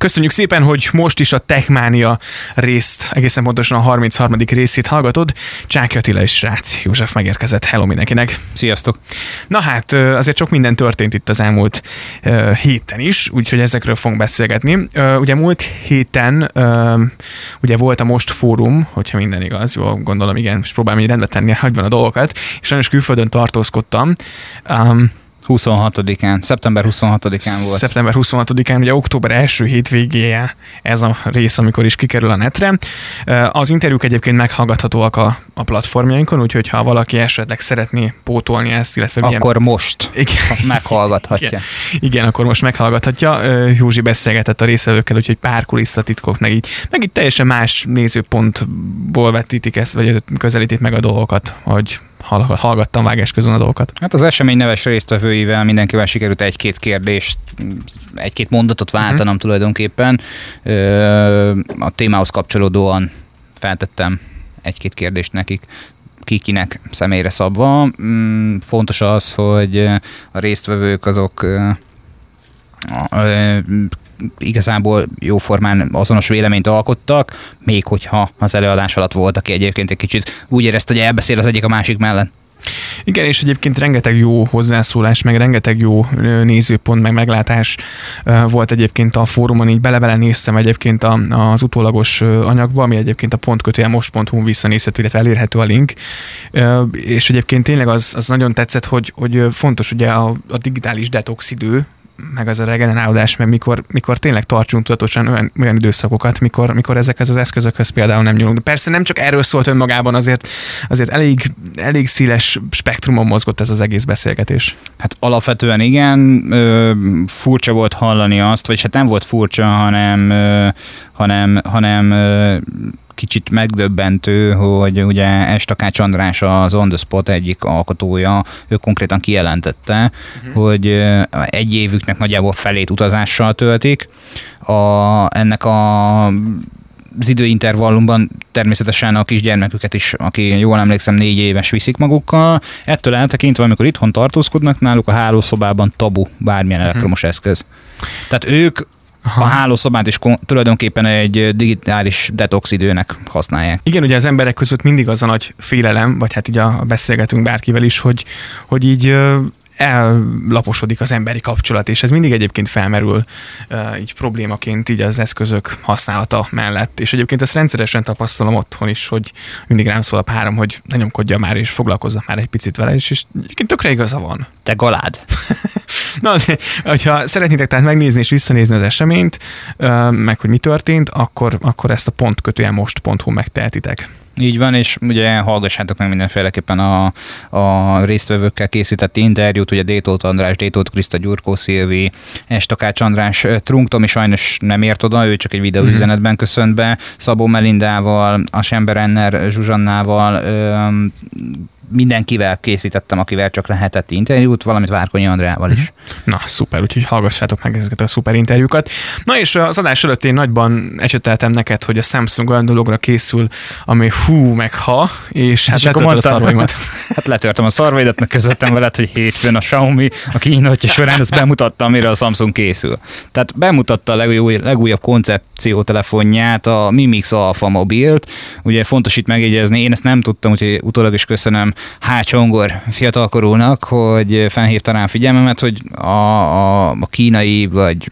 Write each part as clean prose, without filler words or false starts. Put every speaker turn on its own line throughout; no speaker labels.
Köszönjük szépen, hogy most is a Techmania részt, egészen pontosan a 33. részét hallgatod. Csáky Attila és Rácz József megérkezett. Hello mindenkinek!
Sziasztok!
Na hát, azért sok minden történt itt az elmúlt héten is, úgyhogy ezekről fogunk beszélgetni. Ugye múlt héten ugye volt a Most Fórum, hogyha minden igaz, jól gondolom, igen, most próbálom így rendbe tenni, hagyban a dolgokat, és sajnos külföldön tartózkodtam.
26-án, szeptember 26-án volt.
Szeptember 26-án, ugye október első hétvégéje ez a rész, amikor is kikerül a netre. Az interjúk egyébként meghallgathatóak a platformjainkon, úgyhogy ha valaki esetleg szeretné pótolni ezt, illetve
akkor most meghallgathatja.
Igen, akkor most meghallgathatja. Józsi beszélgetett a részvevőkkel, úgyhogy pár kulisszatitkok, meg így teljesen más nézőpontból vetítik ezt, vagy közelítik meg a dolgokat, hogy hallgattam vágás közön a dolgokat.
Hát az esemény neves résztvevőivel mindenkivel sikerült egy-két kérdést, egy-két mondatot váltanom tulajdonképpen. A témához kapcsolódóan feltettem egy-két kérdést nekik, kikinek személyre szabva. Fontos az, hogy a résztvevők azok igazából jóformán azonos véleményt alkottak, még hogyha az előadás alatt volt, aki egyébként egy kicsit úgy érezte, hogy elbeszél az egyik a másik mellett.
Igen, és egyébként rengeteg jó hozzászólás, meg rengeteg jó nézőpont, meg meglátás volt egyébként a fórumon, így bele néztem egyébként az utólagos anyagba, ami egyébként a most.hu visszanézhető, illetve elérhető a link, és egyébként tényleg az nagyon tetszett, hogy fontos ugye a digitális detox idő, meg az a regenerálódás, mert mikor tényleg tartsunk tudatosan olyan időszakokat, mikor ezekhez az eszközökhöz például nem nyúlunk. De persze nem csak erről szólt önmagában, azért elég széles spektrumon mozgott ez az egész beszélgetés.
Hát alapvetően igen, furcsa volt hallani azt, vagy hát nem volt furcsa, hanem kicsit megdöbbentő, hogy ugye S. Takács András az On The Spot egyik alkotója, ő konkrétan kijelentette, hogy egy évüknek nagyjából felét utazással töltik. Ennek az időintervallumban természetesen a kisgyermeküket is, aki jól emlékszem 4 éves, viszik magukkal. Ettől eltekintve, amikor itthon tartózkodnak, náluk a hálószobában tabu bármilyen elektromos eszköz. Tehát ők a hálószobát is tulajdonképpen egy digitális detox időnek használják.
Igen, ugye az emberek között mindig az a nagy félelem, vagy hát így beszélgetünk bárkivel is, hogy így ellaposodik az emberi kapcsolat, és ez mindig egyébként felmerül így problémaként így az eszközök használata mellett. És egyébként ezt rendszeresen tapasztalom otthon is, hogy mindig rám szól a párom, hogy ne nyomkodja már, és foglalkozzak már egy picit vele, és egyébként tökre igaza van.
Te galád!
Na, de, hogyha szeretnétek tehát megnézni és visszanézni az eseményt, meg hogy mi történt, akkor ezt a most.hu megtehetitek.
Így van, és ugye hallgassátok meg mindenféleképpen a résztvevőkkel készített interjút, ugye Détóth András, Détóth Kriszta, Gyurkó Szilvi, S. Takács András, Trunk Tomi sajnos nem ért oda, ő csak egy videóüzenetben köszönt be, Szabó Melindával, Asember Enner Zsuzsannával, mindenkivel készítettem, akivel csak lehetett interjút, valamint Várkonyi Andrával is.
Na, szuper, úgyhogy hallgassátok meg ezeket a szuper interjúkat. Na és az adás előtt én nagyban ecseteltem neked, hogy a Samsung olyan dologra készül, ami meg ha, és hát letörted a szarvaimat.
Hát letörtem a szarvaidat, meg közöltem veled, hogy hétfőn a Xiaomi a kínáltja során ezt bemutatta, amire a Samsung készül. Tehát bemutatta a legújabb koncepciótelefonját, a Mi Mix Alpha mobilt. Ugye fontos itt megjegyezni, én ezt nem tudtam, úgyhogy utólag is köszönöm H. Csongor fiatalkorúnak, hogy felhívta rám figyelmemet, hogy a kínai vagy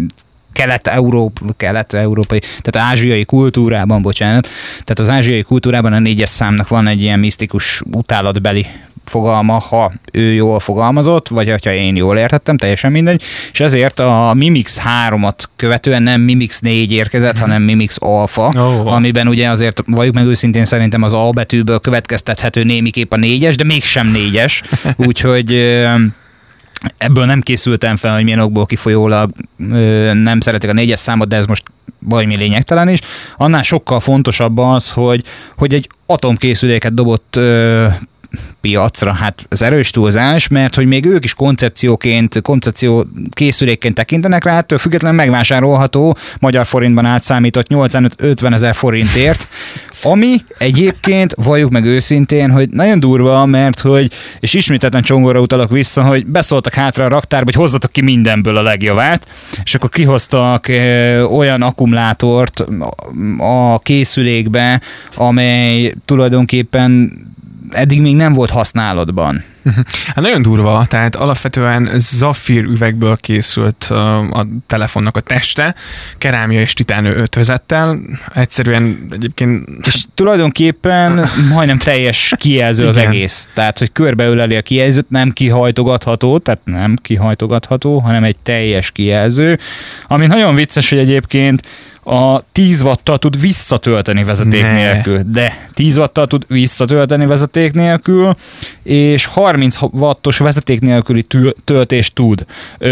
kelet-európai, tehát ázsiai kultúrában, bocsánat, tehát az ázsiai kultúrában a 4-es számnak van egy ilyen misztikus utálatbeli fogalma, ha ő jól fogalmazott, vagy ha én jól értettem, teljesen mindegy, és ezért a Mi Mix 3-at követően nem Mi Mix 4 érkezett, hanem Mi Mix Alpha, amiben ugye azért valljuk meg őszintén szerintem az A betűből következtethető némiképp a 4-es, de mégsem 4-es, úgyhogy ebből nem készültem fel, hogy milyen okból kifolyólag nem szeretek a 4-es számot, de ez most valami lényegtelen is. Annál sokkal fontosabb az, hogy egy atomkészüléket dobott piacra, hát az erős túlzás, mert hogy még ők is koncepció készülékként tekintenek rá, ettől függetlenül megvásárolható, magyar forintban átszámított 85-50 ezer forintért, ami egyébként, valljuk meg őszintén, hogy nagyon durva, mert hogy, és ismételten Csongorra utalok vissza, hogy beszóltak hátra a raktárba, hogy hozzatok ki mindenből a legjavát, és akkor kihoztak olyan akkumulátort a készülékbe, amely tulajdonképpen eddig még nem volt használatban.
Hát nagyon durva, tehát alapvetően zaffír üvegből készült a telefonnak a teste, kerámia és titán ötvözettel, egyszerűen egyébként...
És tulajdonképpen majdnem teljes kijelző az egész, tehát hogy körbeöleli a kijelzőt, nem kihajtogatható, hanem egy teljes kijelző, ami nagyon vicces, hogy egyébként a 10 watttal tud visszatölteni vezeték nélkül. De 10 watttal tud visszatölteni vezeték nélkül, és 30 wattos vezeték nélküli töltést tud.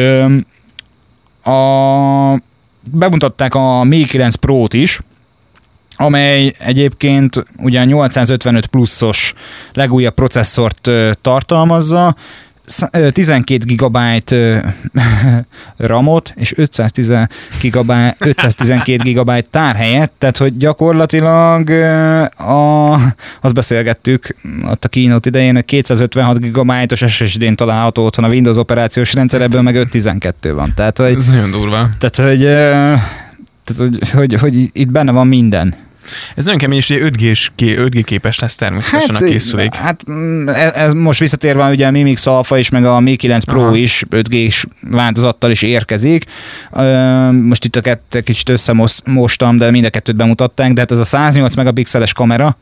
Bemutatták a Mi 9 Pro-t is, amely egyébként ugye a 855 pluszos legújabb processzort tartalmazza, 12 GB RAM-ot és 512 GB tárhelyet, tehát hogy gyakorlatilag azt beszélgettük ott a keynote idején, 256 GB-os SSD-n található otthon a Windows operációs rendszer, ebből meg 512 van. Tehát, hogy,
ez nagyon durva.
Tehát, hogy itt benne van minden.
Ez nagyon kemény, és ugye 5G képes lesz természetesen a készülék.
Hát ez most visszatérve, ugye a Mi Mix Alpha is, meg a Mi 9 Pro is 5G-s változattal is érkezik. Most itt a kettőt kicsit összemostam, de mind a kettőt bemutatták, de hát ez a 108 megapixeles kamera,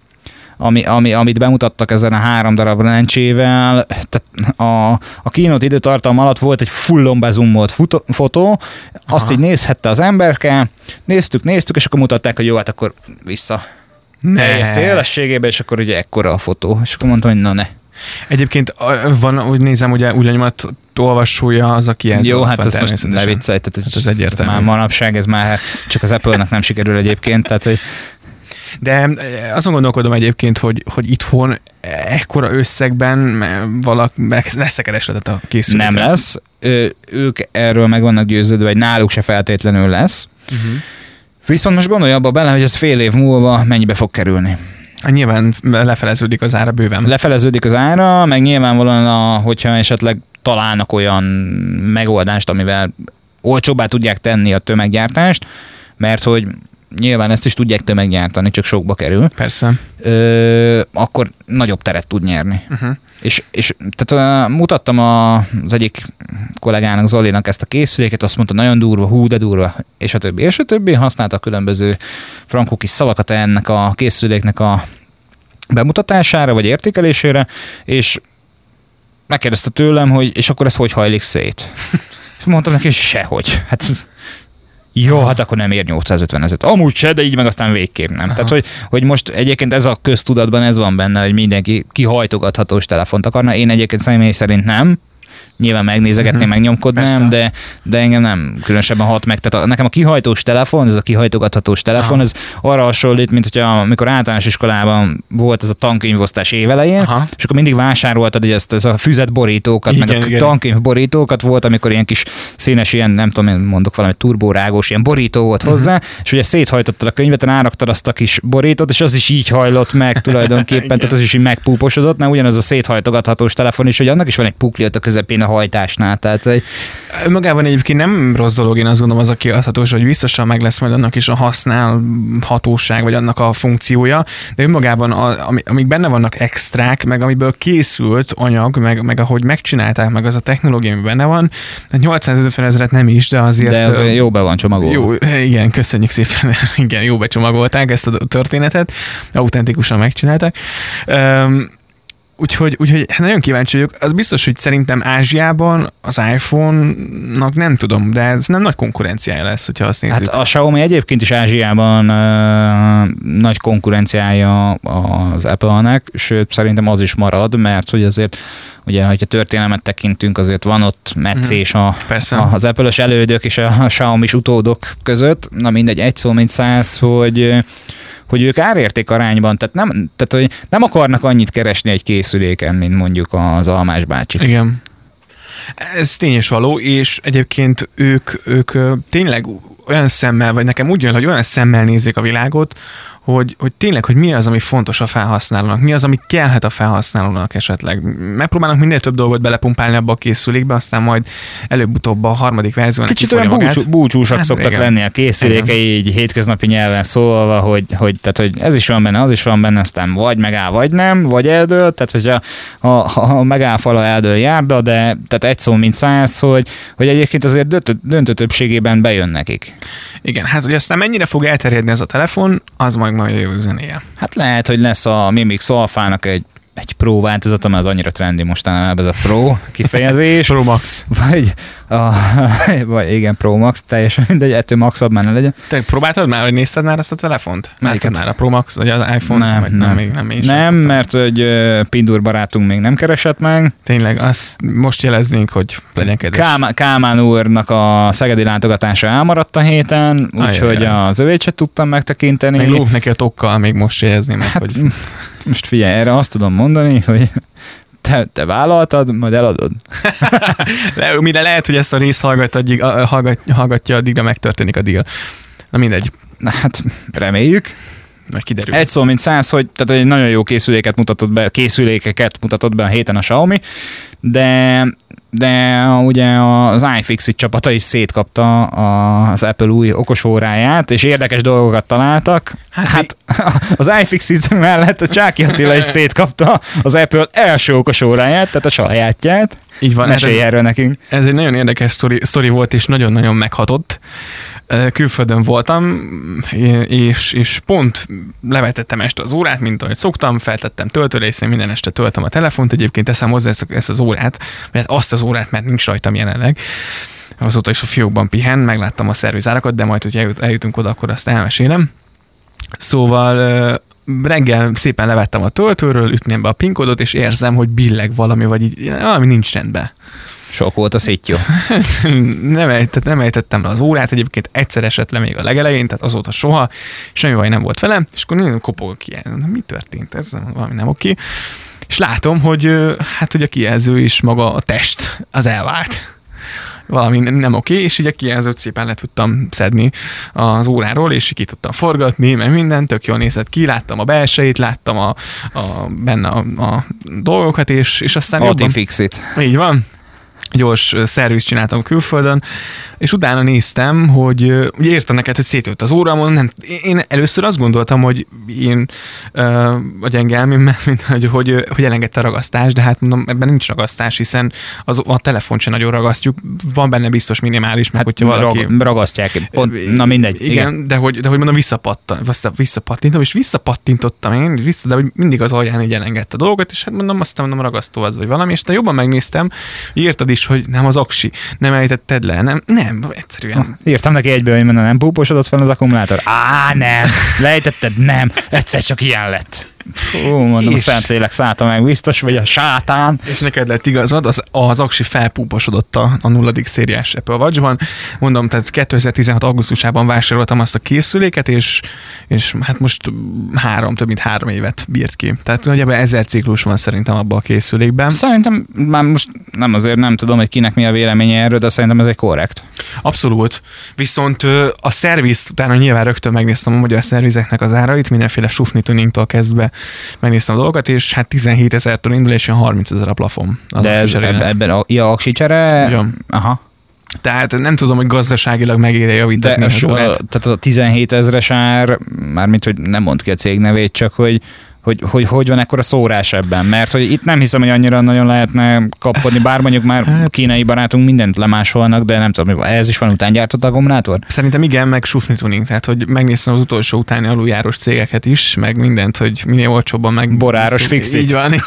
amit bemutattak ezen a 3 darab lencsével, tehát a keynote időtartam alatt volt egy fullon bezumolt fotó, azt így nézhette az emberke, néztük, és akkor mutatták, hogy jó, hát akkor vissza teljes szélességébe, és akkor ugye ekkora a fotó. És akkor mondtam, hogy na ne.
Egyébként van, úgy nézem, ugye úgy nyomat olvasója az, aki jelző.
Jó, hát ezt most ne viccelj, tehát
ez egyértelmű.
Már manapság, ez már csak az Apple-nek nem sikerül egyébként, tehát hogy
de azon gondolkodom egyébként, hogy itthon ekkora összegben lesz-e keresletet a készülékre?
Nem lesz. Ők erről meg vannak győződve, hogy náluk se feltétlenül lesz. Viszont most gondolj abba bele, hogy ez fél év múlva mennyibe fog kerülni.
Nyilván lefeleződik az ára bőven.
Lefeleződik az ára, meg nyilvánvalóan, hogyha esetleg találnak olyan megoldást, amivel olcsóbbá tudják tenni a tömeggyártást, mert hogy nyilván ezt is tudják tömeggyártani, csak sokba kerül.
Persze.
Akkor nagyobb teret tud nyerni. És tehát mutattam az egyik kollégának, Zolinak ezt a készüléket, azt mondta, nagyon durva, hú, de durva, és a többi. Használta a különböző frankó kis szavakat ennek a készüléknek a bemutatására, vagy értékelésére, és megkérdezte tőlem, hogy és akkor ez hogy hajlik szét? És mondtam neki, hogy sehogy. Hát jó, hát akkor nem ér 850 ezeret. Amúgy se, de így meg aztán végképp nem. Tehát, hogy most egyébként ez a köztudatban ez van benne, hogy mindenki kihajtogathatós telefont akarna. Én egyébként személy szerint nem. Nyilván megnézegetném, megnyomkodnám, de engem nem különösebben hat meg. Tehát nekem a kihajtós telefon, ez a kihajtogathatós telefon, ez arra hasonlít, mint hogyha amikor általános iskolában volt ez a tankönyvosztás évelején, és akkor mindig vásároltad ezt a füzetborítókat, meg a tankönyvborítókat volt, amikor ilyen kis színes, ilyen nem tudom, én mondok valami turbórágós ilyen borító volt hozzá, és ugye széthajtottad a könyvet, ráraktad azt a kis borítót, és az is így hajlott meg tulajdonképpen, tehát az is így megpúposodott, mert ugyanaz a széthajtogathatós telefon is, hogy annak is van egy pukli ott a közepén a hajtásnál. Tehát, hogy...
Magában egyébként nem rossz dolog, én azt gondolom, az a kiadhatós, hogy biztosan meg lesz majd annak is a használhatóság, vagy annak a funkciója, de önmagában, amik benne vannak extrák, meg amiből készült anyag, meg ahogy megcsinálták, meg az a technológia, ami benne van, 850 ezeret nem is, de azért...
De az jó be van csomagolva.
Jó, igen, köszönjük szépen, igen, jó becsomagolták ezt a történetet, autentikusan megcsinálták. Úgyhogy hát nagyon kíváncsi vagyok. Az biztos, hogy szerintem Ázsiában az iPhone-nak nem tudom, de ez nem nagy konkurenciája lesz, hogyha azt nézzük.
Hát a Xiaomi egyébként is Ázsiában nagy konkurenciája az Apple-nek, sőt szerintem az is marad, mert hogy azért ugye, hogyha történelmet tekintünk, azért van ott meccés az Apple-ös elődök és a Xiaomi-s utódok között. Na mindegy, egy szó mint száz, hogy hogy ők árérték arányban, tehát hogy nem akarnak annyit keresni egy készüléken, mint mondjuk az Almás bácsik.
Igen. Ez tényes való, és egyébként ők tényleg olyan szemmel, vagy nekem úgy jön, hogy olyan szemmel nézik a világot, hogy tényleg, hogy mi az, ami fontos a felhasználónak, mi az, ami kellhet a felhasználónak esetleg. Megpróbálnak minél több dolgot belepumpálni abba a készülékbe, aztán majd előbb-utóbb a harmadik verziónak
kicsit olyan búcsúsak szoktak lenni a készülékei, így hétköznapi nyelven szólva, hogy ez is van benne, az is van benne, aztán vagy megáll, vagy nem, vagy eldől, tehát hogyha ha megáll fala, eldől járda, de tehát egy szó mint 100, hogy egyébként azért döntő többségében bejön nekik.
Igen, hát hogy aztán mennyire fog elterjedni ez a telefon, az majd jövő zenéje.
Hát lehet, hogy lesz a Mimix Alphának egy Pro változata, mert az annyira trendi mostanában ez a Pro kifejezés.
Pro Max.
Vagy igen, Pro Max, teljesen mindegy, ettől maxabb már ne legyen.
Te próbáltad már, vagy nézted már ezt a telefont?
Melyiket?
Már a Pro Max, vagy az iPhone?
Nem, mert hogy Pindur barátunk még nem keresett meg.
Tényleg, azt most jeleznénk, hogy legyen kedves.
Kálmán úrnak a szegedi látogatása elmaradt a héten, úgyhogy az övét sem tudtam megtekinteni.
Még lók neki a tokkal, még most jelezni meg,
hát,
hogy...
Most figyelj, erre azt tudom mondani, hogy te vállaltad, majd eladod.
Mire lehet, hogy ezt a részt hallgatja, addigra megtörténik a deal. Na mindegy.
Na hát reméljük.
Majd kiderül.
Egy szó mint 100, hogy tehát egy nagyon jó készülékeket mutatott be a héten a Xiaomi, de ugye az iFixit csapata is szétkapta az Apple új okosóráját, és érdekes dolgokat találtak. Hát az iFixit mellett a Csáki Attila is szétkapta az Apple első okosóráját, tehát a sajátját.
Így van.
Mesélj erről nekünk.
Ez egy nagyon érdekes sztori volt, és nagyon-nagyon meghatott. Külföldön voltam, és pont levetettem este az órát, mint ahogy szoktam, feltettem töltőre, minden este töltöm a telefont, egyébként teszem hozzá ezt az órát, vagy azt az órát, mert nincs rajtam jelenleg. Azóta is a fiókban pihen, megláttam a szervizárakat, de majd, hogy eljutunk oda, akkor azt elmesélem. Szóval reggel szépen levettem a töltőről, ütném be a PIN kódot, és érzem, hogy billeg valami, vagy így, valami nincs rendben.
Sok volt a szittyó.
Nem ejtettem le az órát, egyébként egyszer esett le még a legelején, tehát azóta soha, semmi baj nem volt vele, és akkor nagyon kopog ki. Mi történt? Ez valami nem oké. És látom, hogy a kijelző is maga a test, az elvált. Valami nem oké, és így a kijelzőt szépen le tudtam szedni az óráról, és ki tudtam forgatni, meg minden, tök jól nézett ki, láttam a belsejét, láttam benne a dolgokat, és aztán jobban...
Fixit.
Így van. Gyors szervizt csináltam külföldön, és utána néztem, hogy ugye értem neked, hogy szétült az óra, mondom, nem, én először azt gondoltam, hogy én a gyenge elmém, hogy elengedte a ragasztást, de hát mondom, ebben nincs ragasztás, hiszen a telefont sem nagyon ragasztjuk, van benne biztos minimális, meg hogyha valaki...
Ragasztják, pont, na mindegy.
Igen. De hogy mondom, visszapattintom, és visszapattintottam én, de hogy mindig az alján így elengedte a dolgot, és hát mondom, ragasztó az, vagy valami, és jobban megnéztem, írtad is, hogy nem az aksi, nem ejtetted le, nem, egyszerűen.
Írtam neki egyből, hogy nem púposodott fel az akkumulátor. Nem, lejtetted, nem, egyszer csak ilyen lett. Mondom, a Szentlélek szállta meg, biztos vagy a sátán.
És neked lett igazad, az aksi felpúposodott a 0. szériás Apple Watch-ban. Mondom, tehát 2016. augusztusában vásároltam azt a készüléket, és hát most több mint 3 évet bírt ki. Tehát nagyjából 1000 ciklus van szerintem abban a készülékben.
Szerintem már most nem tudom, hogy kinek mi a véleménye erről, de szerintem ez egy korrekt.
Abszolút. Viszont a szervizt utána nyilván rögtön megnéztem a szervizeknek az árait, mindenféle sufni tuningtól kezdve megnéztem a dolgokat, és hát 17 000-től indul, és 30 000 a plafon.
De ebben a aksi csere? Aha.
Tehát nem tudom, hogy gazdaságilag megéri javítani az órát.
Tehát a 17 000-es ár, mármint, hogy nem mond ki a cég nevét, csak hogy van ekkora szórás ebben, mert hogy itt nem hiszem, hogy annyira nagyon lehetne kapkodni, bár mondjuk már kínai barátunk mindent lemásolnak, de nem tudom, ez is van utángyártott akkumulátor? Szerintem
igen, meg sufni tuning, tehát hogy megnéztem az utolsó utáni aluljáros cégeket is, meg mindent, hogy minél olcsóbban meg...
Boráros fixit.
Így van.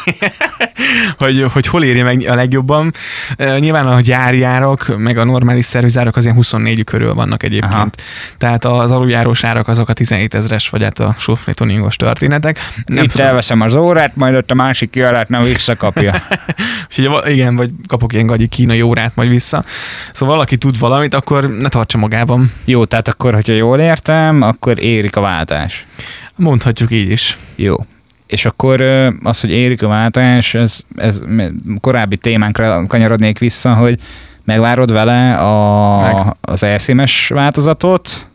hogy hol érje meg a legjobban. Nyilván a gyári árak, meg a normális szervizárak az ilyen 24 körül vannak egyébként. Aha. Tehát az aluljárós árak azok a 17 000-es, vagy hát a sufni tuningos történetek. Nem
Itt elveszem az órát, majd ott a másik kialát nem visszakapja.
Igen, vagy kapok ilyen gagyi kínai órát majd vissza. Szóval valaki tud valamit, akkor ne tartsa magában.
Jó, tehát akkor, hogyha jól értem, akkor érik a váltás.
Mondhatjuk így is.
Jó. És akkor az, hogy érik a váltás, ez korábbi témánkra kanyarodnék vissza, hogy megvárod vele az eSIM-es változatot,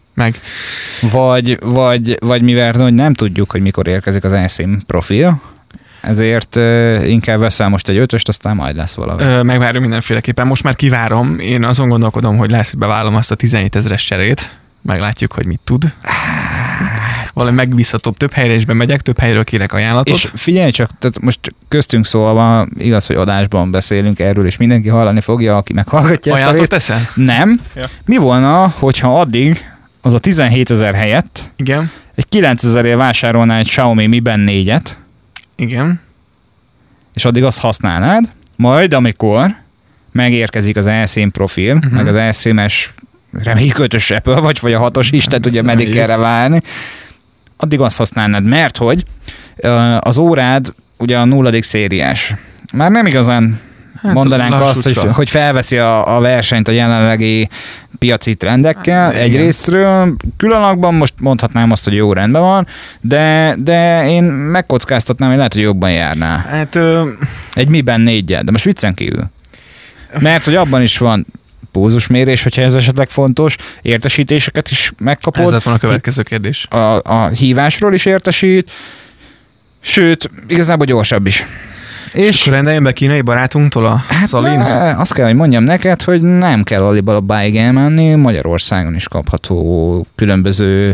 vagy mivel hogy nem tudjuk, hogy mikor érkezik az eSIM profil, ezért inkább veszel most egy 5-öst, aztán majd lesz valami.
Megvárjuk mindenféleképpen. Most már kivárom. Én azon gondolkodom, hogy lesz, hogy bevállalom azt a 17 000-es cserét. Meglátjuk, hogy mit tud. Valami megbízhatóbb, több helyre is bemegyek, több helyről kérek ajánlatot.
És figyelj csak, tehát most köztünk szólva, igaz, hogy adásban beszélünk erről, és mindenki hallani fogja, aki meghallgatja ezt a részt.
Teszel?
Nem. Ja. Mi volna, hogyha addig az a 17 000 helyett
igen.
egy 9 000-ért vásárolnál egy Xiaomi Mi Band 4-et,
igen.
és addig azt használnád, majd amikor megérkezik az eSIM profil, meg az eSIM-es reméljük 5-ös Apple vagy a 6-os is, tehát ugye meddig kell várni, addig azt használnád, mert hogy az órád ugye a 0. szériás. Már nem igazán mondanánk azt, hogy felveszi a versenyt a jelenlegi piaci trendekkel egyrésztről. Különakban most mondhatnám azt, hogy jó rendben van, de én megkockáztatnám, hogy lehet, hogy jobban járnál.
Hát,
egy Mi Band 4-jel, de most viccen kívül. Mert hogy abban is van pulzusmérés, hogyha ez esetleg fontos, értesítéseket is megkapod.
Ez lett volna a következő kérdés.
A hívásról is értesít, sőt, igazából gyorsabb is.
És rendeljen be kínai barátunktól a Zalin?
Azt kell, hogy mondjam neked, hogy nem kell Alibaba-báig elmenni, Magyarországon is kapható különböző.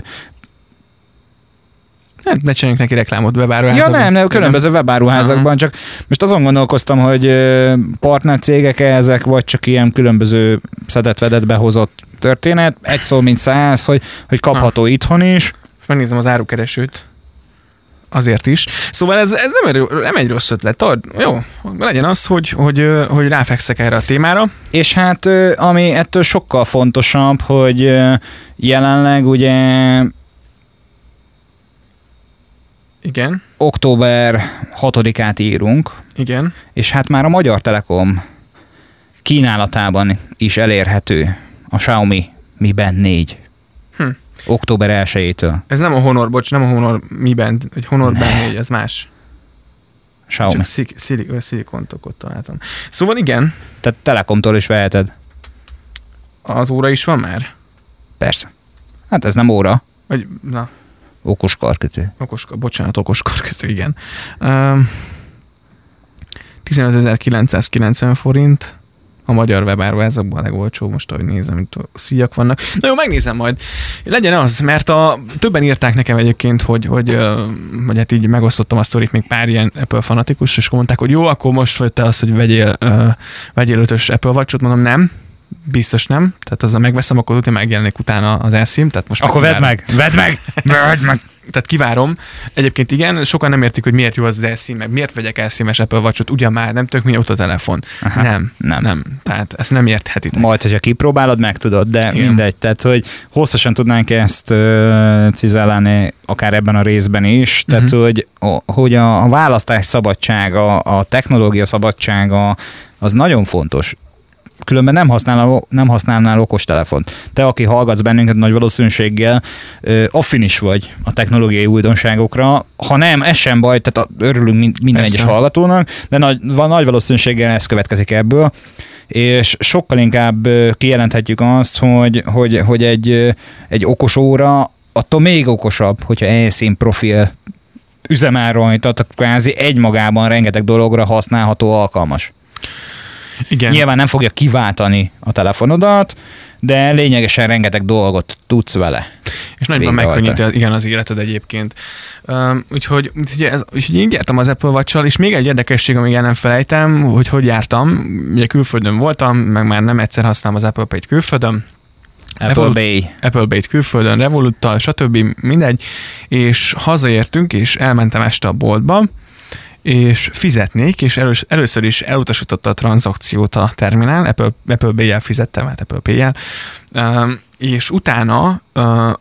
Hát ne csináljunk neki reklámot webáruházakban.
Ja nem, különböző webáruházakban, csak most azon gondolkoztam, hogy partnercégek ezek, vagy csak ilyen különböző szedett-vedett behozott történet, egy szó mint 100, hogy kapható itthon is.
Megnézem az árukeresőt. Azért is. Szóval ez nem egy rossz ötlet. Jó, legyen az, hogy ráfekszek erre a témára.
És hát ami ettől sokkal fontosabb, hogy jelenleg ugye
igen.
Október 6-át írunk.
Igen.
És hát már a Magyar Telekom kínálatában is elérhető a Xiaomi Mi Band 4. Október 1-től.
Ez nem a Honor, nem a Honor Mi Band, egy Honor Band 4, ez más.
Xiaomi.
Szilikontokot találtam. Szóval igen.
Tehát Telekomtól is veheted.
Az óra is van már?
Persze. Hát ez nem óra.
Vagy, na.
Okos karkötő.
Okos karkötő, igen. 15.990 forint. A magyar webáruházakban a legolcsóbb, most ahogy nézem, itt a szíjak vannak. Na jó, megnézem majd. Legyen az, mert többen írták nekem egyébként, hogy hát így megosztottam a sztorit, még pár ilyen Apple fanatikus, és mondták, hogy jó, akkor most vagy te azt, hogy vegyél 5-ös Apple Watch-ot, mondom nem. Biztos nem. Tehát azzal megveszem, akkor utána megjelenik utána az eSIM. Tehát most
akkor vedd meg!
Tehát kivárom. Egyébként igen, sokan nem értik, hogy miért jó az eSIM, meg miért vegyek eSIM-es Apple Watch-ot, ugyan már nem tök mi ott a telefon. Aha, nem. Tehát ezt nem érthetitek.
Majd, hogyha kipróbálod, megtudod, de igen. Mindegy. Tehát, hogy hosszasan tudnánk ezt cizellálni, akár ebben a részben is. Tehát, hogy a választás szabadsága, a technológia szabadsága, az nagyon fontos. Különben nem használnál okostelefont. Te, aki hallgatsz bennünket, nagy valószínűséggel affinis vagy a technológiai újdonságokra. Ha nem, ez sem baj, tehát örülünk minden egyes hallgatónak, de nagy valószínűséggel ez következik ebből. És sokkal inkább kijelenthetjük azt, hogy egy okos óra attól még okosabb, hogyha eSIM profil üzemel rajta, tehát kvázi egymagában rengeteg dologra használható, alkalmas.
Igen.
Nyilván nem fogja kiváltani a telefonodat, de lényegesen rengeteg dolgot tudsz vele.
És nagyban megkönnyíti az életed egyébként. Úgyhogy én jártam az Apple Watch-sal, és még egy érdekesség, amíg el nem felejtem, hogy jártam. Ugye külföldön voltam, meg már nem egyszer használom az Apple Pay-t külföldön. Apple Pay-t külföldön, Revoluttal, stb. Mindegy. És hazaértünk, és elmentem este a boltba, és fizetnék, és először is elutasította a tranzakciót a terminál, Apple Pay-jel fizettem, hát Apple Pay-jel, és utána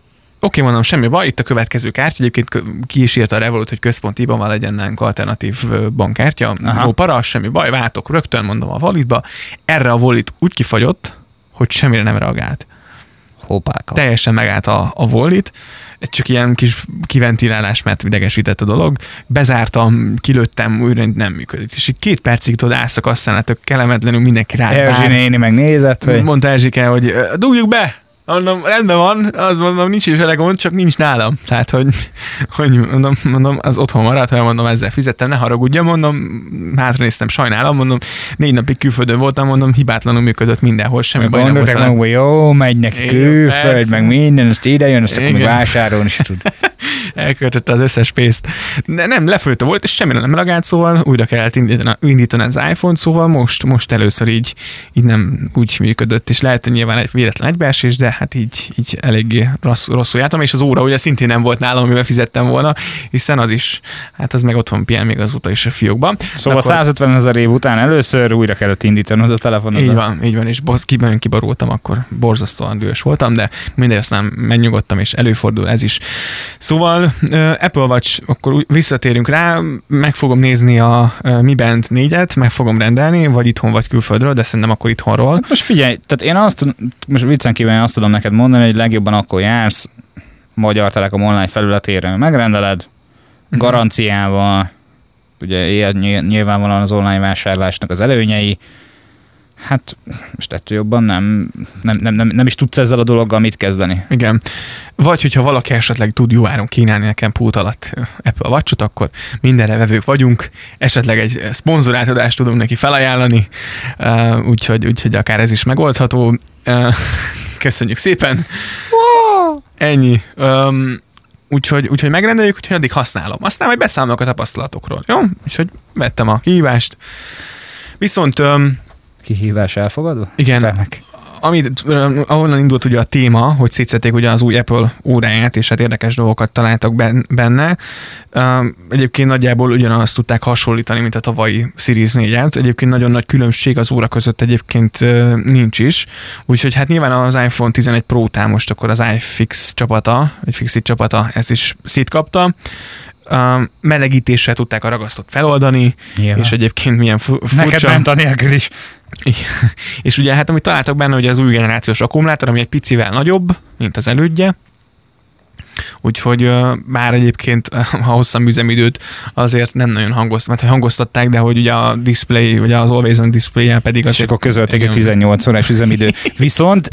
oké, mondom, semmi baj, itt a következő kártya, egyébként ki is írta a Revolut, hogy központi IBAN legyen nálunk alternatív bankkártya, no para, semmi baj, váltok rögtön, mondom a Volitba. Erre a Volit úgy kifagyott, hogy semmire nem reagált.
Hoppáka.
Teljesen megállt a Volit, csak ilyen kis kiventilálás, mert idegesített a dolog. Bezártam, kilőttem, újra nem működik. És így 2 percig tudod állszakasszán, tök kellemetlenül mindenki rád vár.
Erzsi néni megnézett, hogy...
Mondta Erzsike, hogy dugjuk be! Mondom, rendben van, azt mondom, nincs is vele gond, csak nincs nálam. Tehát, hogy mondom, az otthon maradt, hogy mondom, ezzel fizettem, ne haragudja, mondom, hátranéztem, sajnálom, mondom, 4 napig külföldön voltam, mondom, hibátlanul működött mindenhol, semmi baj nem volt vele.
Hogy jó, megy neki külföld, meg minden, azt ide jön, azt akkor még vásárolni is tud.
Elköltötte az összes pénzt. De nem, lefolyta volt, és semmire nem reagált, szóval újra kellett indítani az iPhone-t, szóval most először így nem úgy működött, és lehet, hogy nyilván egy véletlen egybeesés, de hát így eléggé rosszul jártam, és az óra ugye szintén nem volt nálam, amivel fizettem volna, hiszen az is, hát az meg otthon pihen még azóta is a fiókban.
Szóval akkor 150 000 év után először újra kellett indítanod a telefonodat.
Így van, és kibarultam, akkor borzasztóan dühös voltam, de mindegy, aztán megnyugodtam, és előfordul ez is. Szóval Apple Watch, akkor visszatérünk rá, meg fogom nézni a Mi Band 4-et, meg fogom rendelni, vagy itthon, vagy külföldről, de szerintem akkor itthonról.
Hát most figyelj, tehát én most viccen kívül azt tudom neked mondani, hogy legjobban akkor jársz Magyar Telekom online felületére, megrendeled, garanciával, ugye nyilvánvalóan az online vásárlásnak az előnyei, hát most ettől jobban nem is tudsz ezzel a dologgal mit kezdeni.
Igen. Vagy hogyha valaki esetleg tud jó áron kínálni nekem pult alatt Apple Watch-ot, akkor mindenre vevők vagyunk, esetleg egy szponzorátodást tudunk neki felajánlani, úgyhogy akár ez is megoldható. Köszönjük szépen! Ennyi. Úgyhogy megrendeljük, úgyhogy addig használom. Aztán majd beszámolok a tapasztalatokról. Jó? Úgyhogy vettem a kihívást. Viszont...
Kihívás elfogadva?
Igen. Remek. Ahonnan indult ugye a téma, hogy szétszették ugye az új Apple óráját, és hát érdekes dolgokat találtak benne. Egyébként nagyjából ugyanazt tudták hasonlítani, mint a tavalyi Series 4-et. Egyébként nagyon nagy különbség az óra között egyébként nincs is. Úgyhogy hát nyilván az iPhone 11 Pro után most akkor az iFix csapata, vagy Fixit csapata ezt is szétkapta. Melegítéssel tudták a ragasztót feloldani, nyilván. És egyébként milyen furcsa...
Neked ment a nélkül is.
És ugye hát amit találtak benne, hogy az új generációs akkumulátor, ami egy picivel nagyobb, mint az elődje, úgyhogy bár egyébként a hosszabb üzemidőt azért nem nagyon hangoztatták, de hogy ugye a display, vagy az Always On display-jel pedig azért...
És akkor közölték egy 18 órás üzemidő. Viszont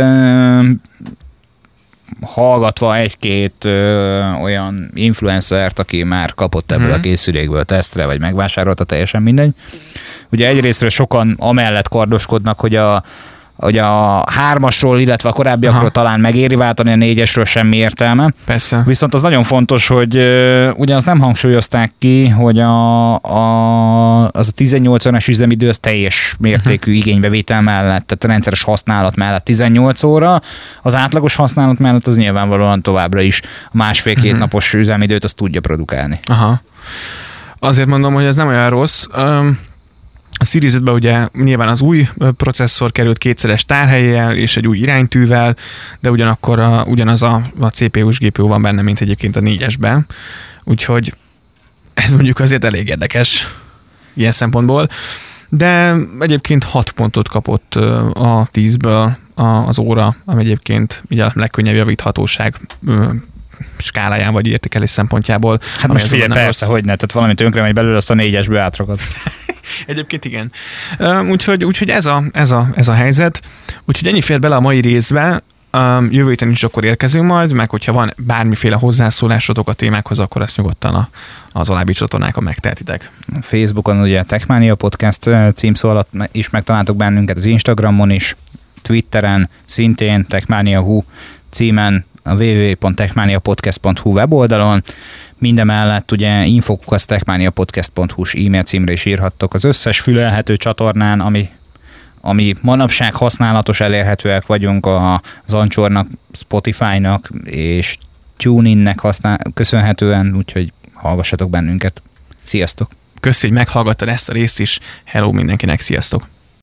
hallgatva egy-két olyan influencert, aki már kapott ebből a készülékből tesztre, vagy megvásárolta, teljesen mindegy. Ugye egyrésztről sokan amellett kardoskodnak, hogy a 3-asról, illetve a korábbiakról talán megéri váltani, a 4-esről semmi értelme.
Persze.
Viszont az nagyon fontos, hogy ugye azt nem hangsúlyozták ki, hogy az a 18 órás üzemidő az teljes mértékű igénybevétel mellett, tehát rendszeres használat mellett 18 óra, az átlagos használat mellett az nyilvánvalóan továbbra is a 1,5-2 napos üzemidőt azt tudja produkálni.
Aha. Azért mondom, hogy ez nem olyan rossz. A Series 5-ben ugye nyilván az új processzor került 2-szeres tárhellyel és egy új iránytűvel, de ugyanakkor ugyanaz a CPU-s GPU van benne, mint egyébként a 4-esben. Úgyhogy ez mondjuk azért elég érdekes ilyen szempontból. De egyébként 6 pontot kapott a 10-ből az óra, ami egyébként ugye a legkönnyebb javíthatóság skáláján vagy értékelés szempontjából.
Hát most figyelj, persze, hogy ne, tehát valami tönkre megy belőle, azt a 4-esből átrakod.
Egyébként igen. Úgyhogy ez a helyzet. Úgyhogy ennyi fér bele a mai részbe. Jövő héten is akkor érkezünk majd, meg hogyha van bármiféle hozzászólásotok a témákhoz, akkor ezt nyugodtan az alábbi csatornákon megtehetitek.
Facebookon ugye Techmania Podcast címszó alatt is megtaláltok bennünket, az Instagramon is, Twitteren szintén Techmania.hu címen, a www.techmaniapodcast.hu weboldalon. Mindemellett ugye info@techmaniapodcast.hu-s e-mail címre is írhattok az összes fülelhető csatornán, ami manapság használatos, elérhetőek vagyunk az Anchornak, Spotify-nak és TuneIn-nek köszönhetően, úgyhogy hallgassatok bennünket. Sziasztok!
Köszi, hogy meghallgattad ezt a részt is. Hello mindenkinek, sziasztok!